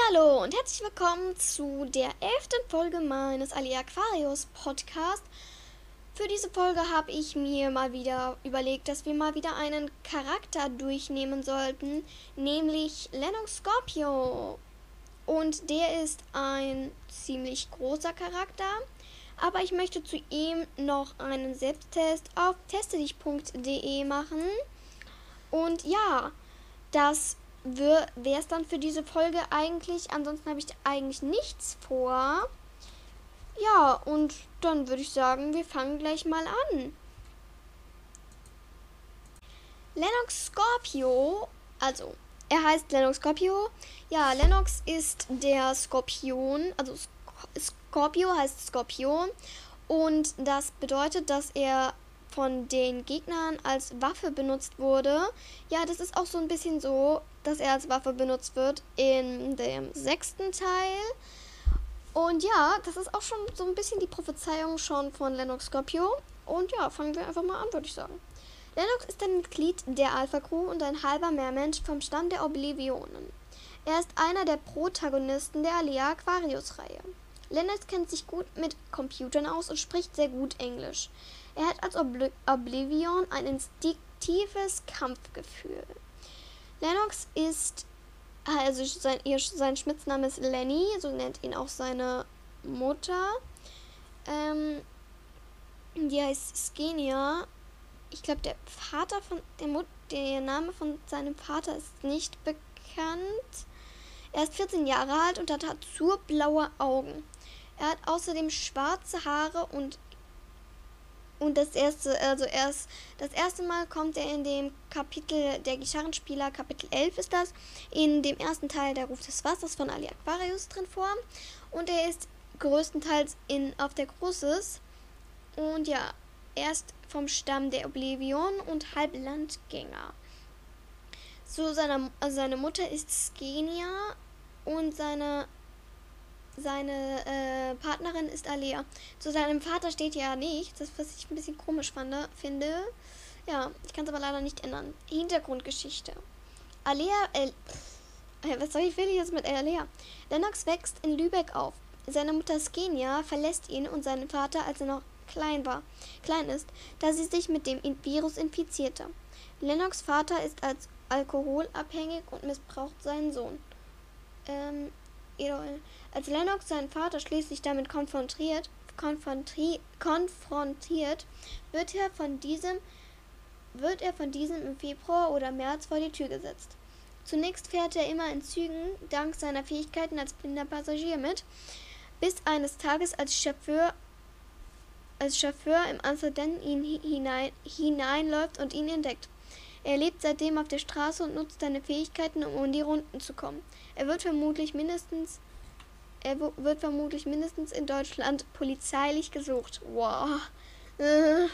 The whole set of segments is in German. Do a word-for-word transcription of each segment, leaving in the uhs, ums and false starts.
Hallo und herzlich willkommen zu der elften Folge meines Ali Aquarius Podcast. Für diese Folge habe ich mir mal wieder überlegt, dass wir mal wieder einen Charakter durchnehmen sollten, nämlich Lennox Scorpio. Und der ist ein ziemlich großer Charakter, aber ich möchte zu ihm noch einen Selbsttest auf testedich punkt de machen. Und ja, das wäre es dann für diese Folge eigentlich. Ansonsten habe ich eigentlich nichts vor. Ja, und dann würde ich sagen, wir fangen gleich mal an. Lennox Scorpio, also er heißt Lennox Scorpio. Ja, Lennox ist der Skorpion, also Scorpio heißt Skorpion. Und das bedeutet, dass er von den Gegnern als Waffe benutzt wurde. Ja, das ist auch so ein bisschen so, dass er als Waffe benutzt wird in dem sechsten Teil. Und ja, das ist auch schon so ein bisschen die Prophezeiung schon von Lennox Scorpio. Und ja, fangen wir einfach mal an, würde ich sagen. Lennox ist ein Mitglied der Alpha Crew und ein halber Meermensch vom Stamm der Oblivionen. Er ist einer der Protagonisten der Alea Aquarius-Reihe. Lennox kennt sich gut mit Computern aus und spricht sehr gut Englisch. Er hat als Obli- Oblivion ein instinktives Kampfgefühl. Lennox ist, also sein, ihr, sein Spitzname ist Lenny, so nennt ihn auch seine Mutter. Ähm, die heißt Skenia. Ich glaube, der Vater von der Mut, der Name von seinem Vater ist nicht bekannt. Er ist vierzehn Jahre alt und hat azurblaue Augen. Er hat außerdem schwarze Haare und und das erste, also erst das erste Mal kommt er in dem Kapitel der Gitarrenspieler, Kapitel elf ist das, in dem ersten Teil der Ruf des Wassers von Ali Aquarius drin vor. Und er ist größtenteils in auf der Crucis. Und ja, er ist vom Stamm der Oblivion und halb Landgänger. So seiner, also seine Mutter ist Skenia und seine Seine äh, Partnerin ist Alea. Zu seinem Vater steht ja nichts, das was ich ein bisschen komisch fand, finde. Ja, ich kann es aber leider nicht ändern. Hintergrundgeschichte. Alea, äh, was soll ich will jetzt mit Alea? Lennox wächst in Lübeck auf. Seine Mutter Skenia verlässt ihn und seinen Vater, als er noch klein war, klein ist, da sie sich mit dem Virus infizierte. Lennox Vater ist als alkoholabhängig und missbraucht seinen Sohn. Ähm, Als Lennox seinen Vater schließlich damit konfrontiert, konfrontiert, konfrontiert wird, er von diesem, wird er von diesem im Februar oder März vor die Tür gesetzt. Zunächst fährt er immer in Zügen dank seiner Fähigkeiten als blinder Passagier mit, bis eines Tages als Chauffeur, als Chauffeur im Amsterdam ihn hinein, hineinläuft und ihn entdeckt. Er lebt seitdem auf der Straße und nutzt seine Fähigkeiten, um in die Runden zu kommen. Er wird vermutlich mindestens, er wird vermutlich mindestens in Deutschland polizeilich gesucht. Wow. Äh.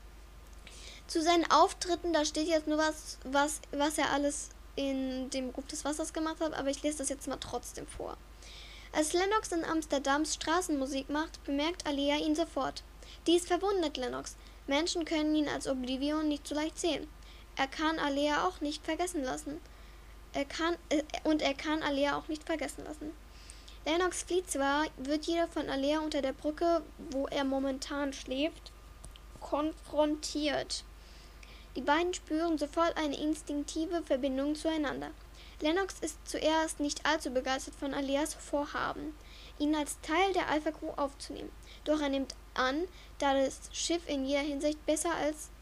Zu seinen Auftritten, da steht jetzt nur was, was, was er alles in dem Ruf des Wassers gemacht hat, aber ich lese das jetzt mal trotzdem vor. Als Lennox in Amsterdams Straßenmusik macht, bemerkt Alea ihn sofort. Dies verwundert Lennox. Menschen können ihn als Oblivion nicht so leicht sehen. Er kann Alea auch nicht vergessen lassen. Er kann, äh, und er kann Alea auch nicht vergessen lassen. Lennox flieht zwar, wird jedoch von Alea unter der Brücke, wo er momentan schläft, konfrontiert. Die beiden spüren sofort eine instinktive Verbindung zueinander. Lennox ist zuerst nicht allzu begeistert von Aleas Vorhaben, ihn als Teil der Alpha Crew aufzunehmen. Doch er nimmt an, da das Schiff in jeder Hinsicht besser als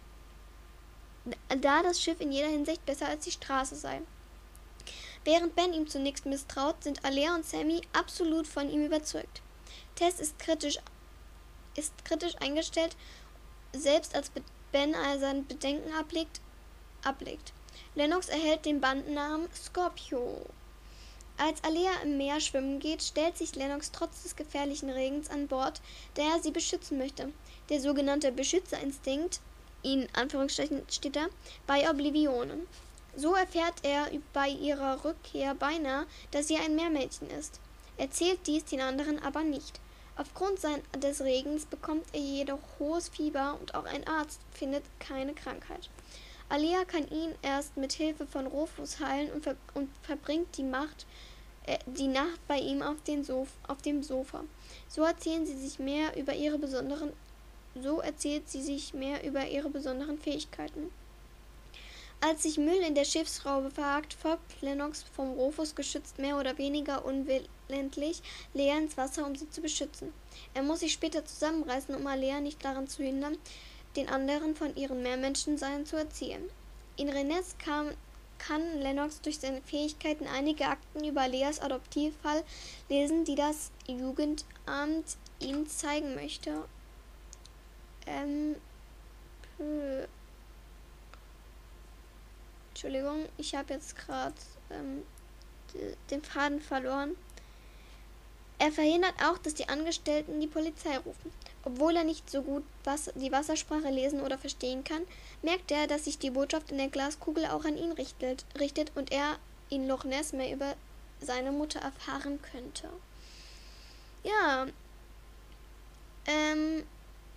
da das Schiff in jeder Hinsicht besser als die Straße sei. Während Ben ihm zunächst misstraut, sind Alea und Sammy absolut von ihm überzeugt. Tess ist kritisch, ist kritisch eingestellt, selbst als Ben seine Bedenken ablegt, ablegt. Lennox erhält den Bandennamen Scorpio. Als Alea im Meer schwimmen geht, stellt sich Lennox trotz des gefährlichen Regens an Bord, da er sie beschützen möchte. Der sogenannte Beschützerinstinkt, in Anführungsstrichen steht da, bei Oblivionen. So erfährt er bei ihrer Rückkehr beinahe, dass sie ein Meermädchen ist. Er erzählt dies den anderen aber nicht. Aufgrund sein, des Regens bekommt er jedoch hohes Fieber und auch ein Arzt findet keine Krankheit. Alea kann ihn erst mit Hilfe von Rufus heilen und, ver und verbringt die Macht äh, die Nacht bei ihm auf, den Sof auf dem Sofa. So erzählen sie sich mehr über ihre besonderen, so erzählt sie sich mehr über ihre besonderen Fähigkeiten. Als sich Müll in der Schiffsschraube verhakt, folgt Lennox vom Rufus geschützt mehr oder weniger unwillentlich Lea ins Wasser, um sie zu beschützen. Er muss sich später zusammenreißen, um Alea nicht daran zu hindern, den anderen von ihren Meermenschensein zu erzählen. In Rennes kam, kann Lennox durch seine Fähigkeiten einige Akten über Leas Adoptivfall lesen, die das Jugendamt ihm zeigen möchte. Ähm... Äh, Entschuldigung, ich habe jetzt gerade ähm, den Faden verloren. Er verhindert auch, dass die Angestellten die Polizei rufen. Obwohl er nicht so gut was, die Wassersprache lesen oder verstehen kann, merkt er, dass sich die Botschaft in der Glaskugel auch an ihn richtet, richtet und er in Loch Ness mehr über seine Mutter erfahren könnte. Ja, ähm,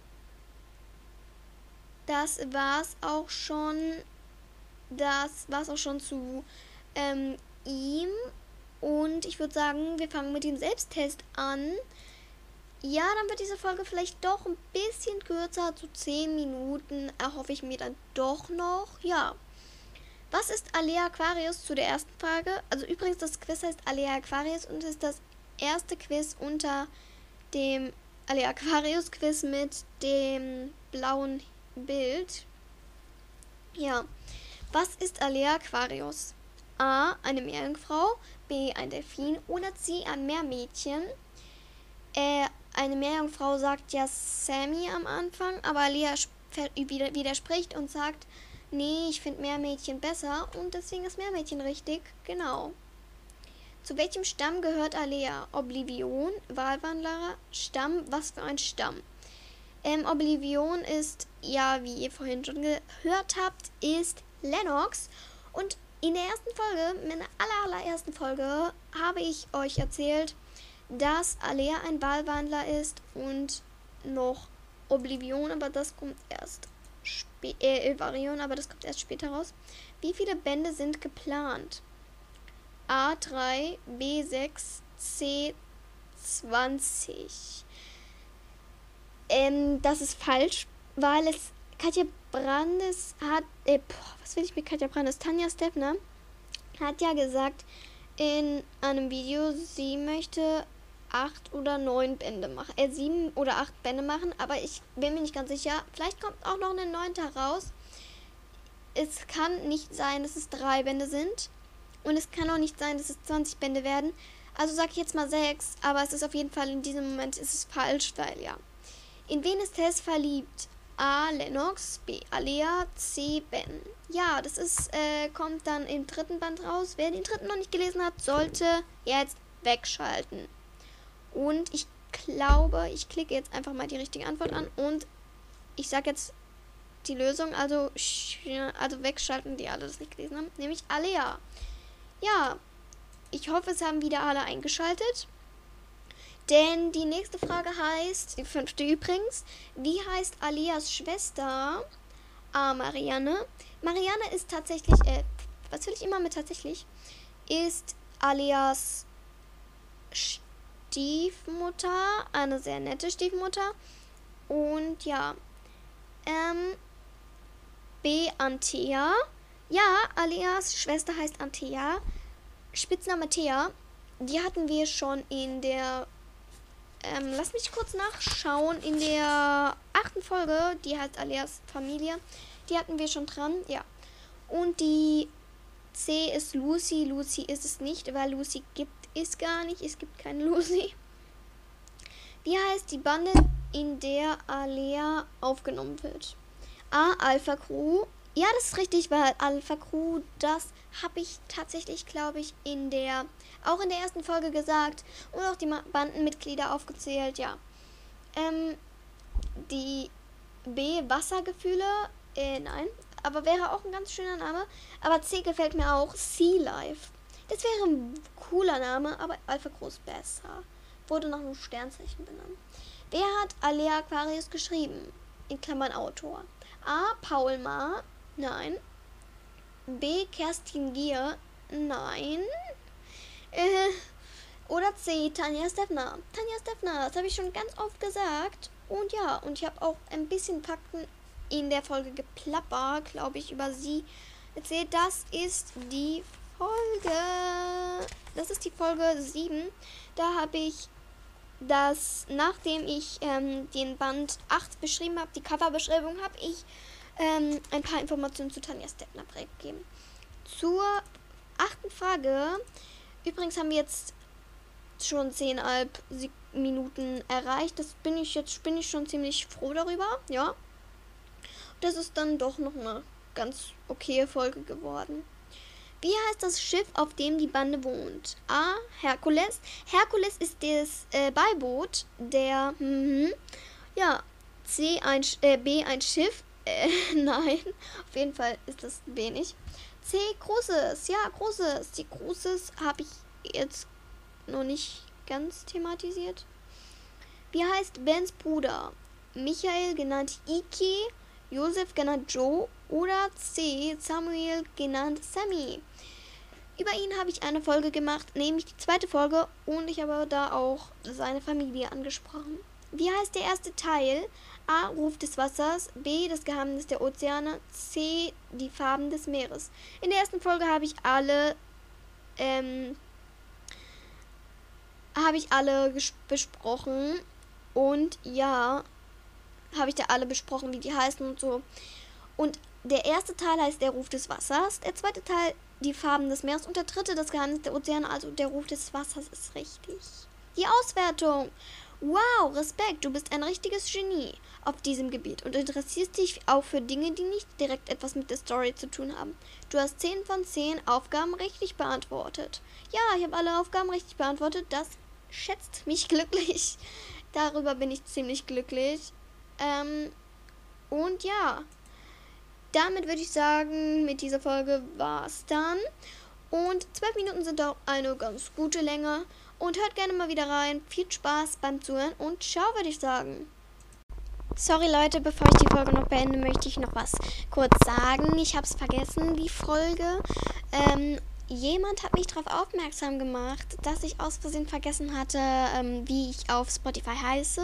das war's auch schon. Das war's auch schon zu ähm, ihm. Und ich würde sagen, wir fangen mit dem Selbsttest an. Ja, dann wird diese Folge vielleicht doch ein bisschen kürzer, zu zehn Minuten. Erhoffe ich mir dann doch noch. Ja. Was ist Alea Aquarius zu der ersten Frage? Also übrigens, das Quiz heißt Alea Aquarius und ist das erste Quiz unter dem Alea Aquarius Quiz mit dem blauen Bild. Ja. Was ist Alea Aquarius? A. Eine Meerjungfrau, B. ein Delfin oder C. ein Meermädchen. Äh, eine Meerjungfrau sagt ja Sammy am Anfang, aber Alea widerspricht und sagt, nee, ich finde Meermädchen besser und deswegen ist Meermädchen richtig. Genau. Zu welchem Stamm gehört Alea? Oblivion, Walwandler, Stamm, was für ein Stamm? Ähm, Oblivion ist, ja, wie ihr vorhin schon gehört habt, ist Lennox. Und in der ersten Folge, meiner aller, allerersten Folge, habe ich euch erzählt, dass Alea ein Walwandler ist und noch Oblivion, aber das kommt erst später, äh, Varion, aber das kommt erst später raus. Wie viele Bände sind geplant? A drei, B sechs, C zwanzig. Ähm, das ist falsch, weil es Katja Brandes hat, äh, boah, was will ich mit Katja Brandes? Tanja Steffner hat ja gesagt in einem Video, sie möchte acht oder neun Bände machen, äh, sieben oder acht Bände machen, aber ich bin mir nicht ganz sicher. Vielleicht kommt auch noch eine neunte raus. Es kann nicht sein, dass es drei Bände sind und es kann auch nicht sein, dass es zwanzig Bände werden. Also sage ich jetzt mal sechs, aber es ist auf jeden Fall in diesem Moment ist es falsch, weil ja. In wen ist Tess verliebt? A. Lennox, B. Alea, C. Ben. Ja, das ist, äh, kommt dann im dritten Band raus. Wer den dritten noch nicht gelesen hat, sollte jetzt wegschalten. Und ich glaube, ich klicke jetzt einfach mal die richtige Antwort an und ich sage jetzt die Lösung, also, also wegschalten, die alle das nicht gelesen haben, nämlich Alea. Ja, ich hoffe, es haben wieder alle eingeschaltet. Denn die nächste Frage heißt, die fünfte übrigens, wie heißt Aleas Schwester? A. Marianne. Marianne ist tatsächlich, äh, was will ich immer mit tatsächlich? Ist Aleas Stiefmutter, eine sehr nette Stiefmutter. Und ja, ähm, B. Antea. Ja, Aleas Schwester heißt Antea. Spitzname Thea. Die hatten wir schon in der Ähm, lass mich kurz nachschauen. In der achten Folge, die heißt Aleas Familie, die hatten wir schon dran, ja. Und die C ist Lucy. Lucy ist es nicht, weil Lucy gibt es gar nicht. Es gibt keine Lucy. Wie heißt die Bande, in der Alea aufgenommen wird? A. Alpha Crew. Ja, das ist richtig, weil Alpha Crew, das habe ich tatsächlich, glaube ich, in der, auch in der ersten Folge gesagt und auch die Bandenmitglieder aufgezählt, ja. Ähm, die B, Wassergefühle, äh, nein, aber wäre auch ein ganz schöner Name, aber C gefällt mir auch, Sea Life. Das wäre ein cooler Name, aber Alpha Crew ist besser. Wurde nach einem Sternzeichen benannt. Wer hat Alea Aquarius geschrieben? In Klammern Autor. A. Paul Maar. Nein. B. Kerstin Gier. Nein. Äh, Oder C, Tanja Steffner. Tanja Steffner, das habe ich schon ganz oft gesagt. Und ja, und ich habe auch ein bisschen Fakten in der Folge geplappert, glaube ich, über sie erzählt. Das ist die Folge, das ist die Folge sieben. Da habe ich das, nachdem ich ähm, den Band acht beschrieben habe, die Coverbeschreibung, habe ich ähm, ein paar Informationen zu Tanja Steffner gegeben. Zur achten Frage. Übrigens haben wir jetzt schon zehn Komma fünf Minuten erreicht. Das bin ich jetzt bin ich schon ziemlich froh darüber. Ja. Das ist dann doch noch eine ganz okaye Folge geworden. Wie heißt das Schiff, auf dem die Bande wohnt? A. Herkules. Herkules ist das äh, Beiboot der. Mhm. Ja. C. Ein, äh, B. Ein Schiff. Äh, nein. Auf jeden Fall ist das B nicht. C. Großes. Ja, Großes. Die Großes habe ich jetzt noch nicht ganz thematisiert. Wie heißt Bens Bruder? Michael, genannt Iki, Josef, genannt Joe oder C. Samuel, genannt Sammy. Über ihn habe ich eine Folge gemacht, nämlich die zweite Folge, und ich habe da auch seine Familie angesprochen. Wie heißt der erste Teil? A. Ruf des Wassers, B. Das Geheimnis der Ozeane, C. Die Farben des Meeres. In der ersten Folge habe ich alle ähm, habe ich alle besprochen, und ja, habe ich da alle besprochen, wie die heißen und so. Und der erste Teil heißt der Ruf des Wassers, der zweite Teil die Farben des Meeres und der dritte das Geheimnis der Ozeane, also der Ruf des Wassers ist richtig. Die Auswertung. Wow, Respekt, du bist ein richtiges Genie auf diesem Gebiet und interessierst dich auch für Dinge, die nicht direkt etwas mit der Story zu tun haben. Du hast zehn von zehn Aufgaben richtig beantwortet. Ja, ich habe alle Aufgaben richtig beantwortet, das schätzt mich glücklich. Darüber bin ich ziemlich glücklich. Ähm, und ja, damit würde ich sagen, mit dieser Folge war es dann. Und zwölf Minuten sind auch eine ganz gute Länge. Und hört gerne mal wieder rein. Viel Spaß beim Zuhören und ciao, würde ich sagen. Sorry Leute, bevor ich die Folge noch beende, möchte ich noch was kurz sagen. Ich habe es vergessen, die Folge. Ähm, jemand hat mich darauf aufmerksam gemacht, dass ich aus Versehen vergessen hatte, ähm, wie ich auf Spotify heiße.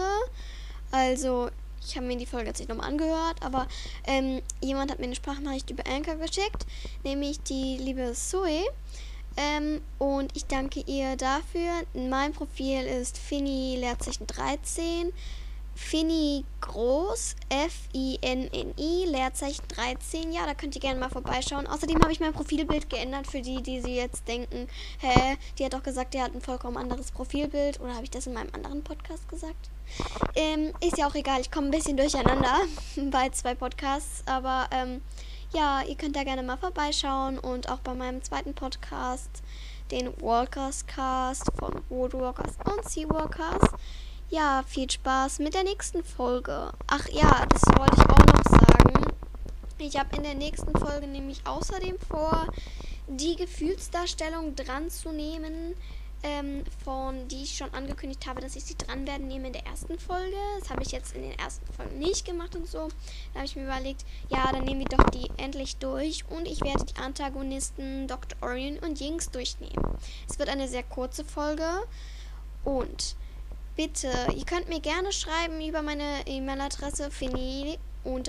Also, ich habe mir die Folge jetzt nicht nochmal angehört, aber ähm, jemand hat mir eine Sprachnachricht über Anchor geschickt, nämlich die liebe Zoe. Ähm, und ich danke ihr dafür. Mein Profil ist Finny Leerzeichen dreizehn. Finny groß, F I N N I, Leerzeichen dreizehn. Ja, da könnt ihr gerne mal vorbeischauen. Außerdem habe ich mein Profilbild geändert für die, die sie jetzt denken, hä, die hat doch gesagt, die hat ein vollkommen anderes Profilbild. Oder habe ich das in meinem anderen Podcast gesagt? Ähm, ist ja auch egal, ich komme ein bisschen durcheinander bei zwei Podcasts. Aber, ähm, ja, ihr könnt da gerne mal vorbeischauen und auch bei meinem zweiten Podcast, den Walkers Cast von Roadwalkers und Seawalkers. Ja, viel Spaß mit der nächsten Folge. Ach ja, das wollte ich auch noch sagen. Ich habe in der nächsten Folge nämlich außerdem vor, die Gefühlsdarstellung dran zu nehmen, ähm, von die ich schon angekündigt habe, dass ich sie dran werden nehme in der ersten Folge. Das habe ich jetzt in den ersten Folgen nicht gemacht und so. Da habe ich mir überlegt, ja, dann nehmen wir doch die endlich durch und ich werde die Antagonisten Doktor Orion und Jinx durchnehmen. Es wird eine sehr kurze Folge und bitte, ihr könnt mir gerne schreiben über meine E-Mail-Adresse finny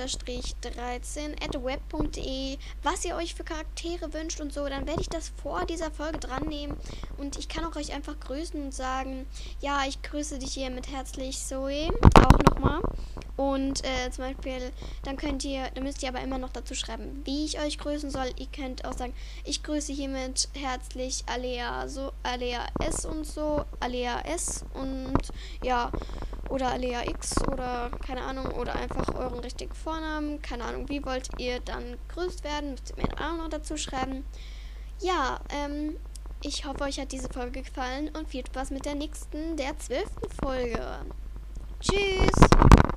dreizehn at web punkt de, was ihr euch für Charaktere wünscht und so. Dann werde ich das vor dieser Folge dran nehmen und ich kann auch euch einfach grüßen und sagen, ja, ich grüße dich hier mit herzlich Zoe, auch nochmal. Und äh, zum Beispiel, dann könnt ihr, dann müsst ihr aber immer noch dazu schreiben, wie ich euch grüßen soll. Ihr könnt auch sagen, ich grüße hiermit herzlich Alea, so, Alea S und so, Alea S und ja, oder Alea X oder keine Ahnung, oder einfach euren richtigen Vornamen, keine Ahnung, wie wollt ihr dann gegrüßt werden, müsst ihr mir auch noch dazu schreiben. Ja, ähm, ich hoffe, euch hat diese Folge gefallen und viel Spaß mit der nächsten, der zwölften Folge. Tschüss!